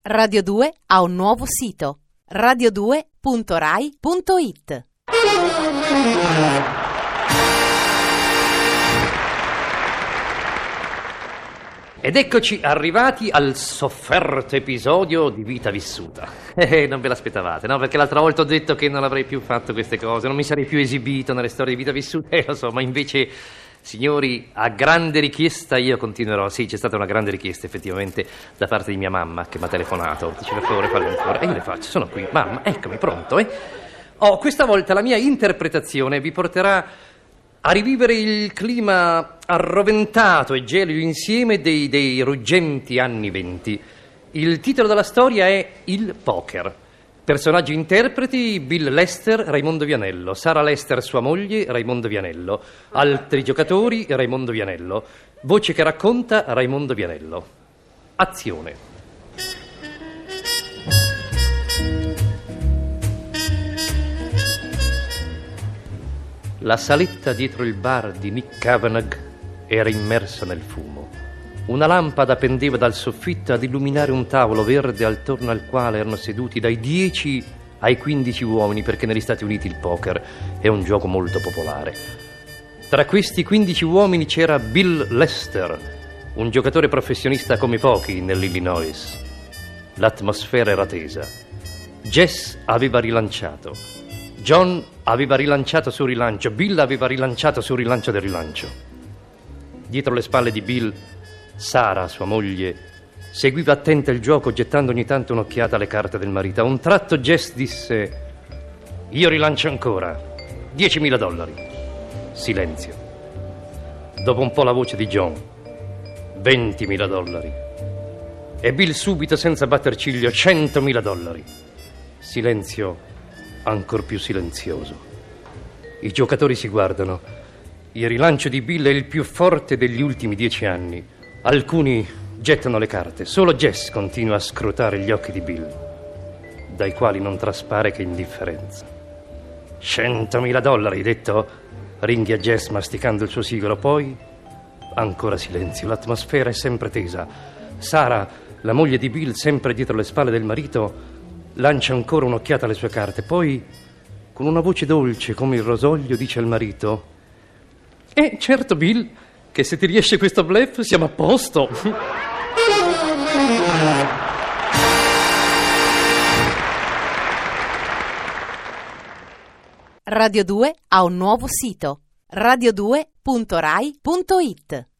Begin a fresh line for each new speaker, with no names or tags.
Radio 2 ha un nuovo sito, radio2.rai.it.
Ed eccoci arrivati al sofferto episodio di Vita Vissuta. Non ve l'aspettavate, no? Perché l'altra volta ho detto che non avrei più fatto queste cose, non mi sarei più esibito nelle storie di Vita Vissuta, lo so, ma invece, signori, a grande richiesta io continuerò. Sì, c'è stata una grande richiesta effettivamente da parte di mia mamma che mi ha telefonato. Dice, per favore, fallo ancora. E io le faccio, sono qui, mamma, eccomi, pronto, questa volta la mia interpretazione vi porterà a rivivere il clima arroventato e gelido insieme dei ruggenti anni '20. Il titolo della storia è Il Poker. Personaggi interpreti: Bill Lester, Raimondo Vianello; Sara Lester, sua moglie, Raimondo Vianello; altri giocatori, Raimondo Vianello; voce che racconta, Raimondo Vianello. Azione. La saletta dietro il bar di Nick Kavanagh era immersa nel fumo. Una lampada pendeva dal soffitto ad illuminare un tavolo verde attorno al quale erano seduti dai 10 ai 15 uomini, perché negli Stati Uniti il poker è un gioco molto popolare. Tra questi 15 uomini c'era Bill Lester, un giocatore professionista come pochi nell'Illinois. L'atmosfera era tesa. Jess aveva rilanciato. John aveva rilanciato su rilancio, Bill aveva rilanciato su rilancio del rilancio. Dietro le spalle di Bill, Sara, sua moglie, seguiva attenta il gioco, gettando ogni tanto un'occhiata alle carte del marito. A un tratto Jess disse: io rilancio ancora, $10.000. Silenzio. Dopo un po' la voce di John: $20.000. E Bill subito, senza batter ciglio: $100.000. Silenzio ancor più silenzioso. I giocatori si guardano. Il rilancio di Bill è il più forte degli ultimi 10 anni. Alcuni gettano le carte. Solo Jess continua a scrutare gli occhi di Bill, dai quali non traspare che indifferenza. $100.000, hai detto? Ringhia Jess masticando il suo sigaro. Poi ancora silenzio. L'atmosfera è sempre tesa. Sara, la moglie di Bill, sempre dietro le spalle del marito, lancia ancora un'occhiata alle sue carte. Poi, con una voce dolce come il rosolio, dice al marito: certo, Bill, che se ti riesce questo bluff siamo a posto.
Radio 2 ha un nuovo sito, radio2.rai.it.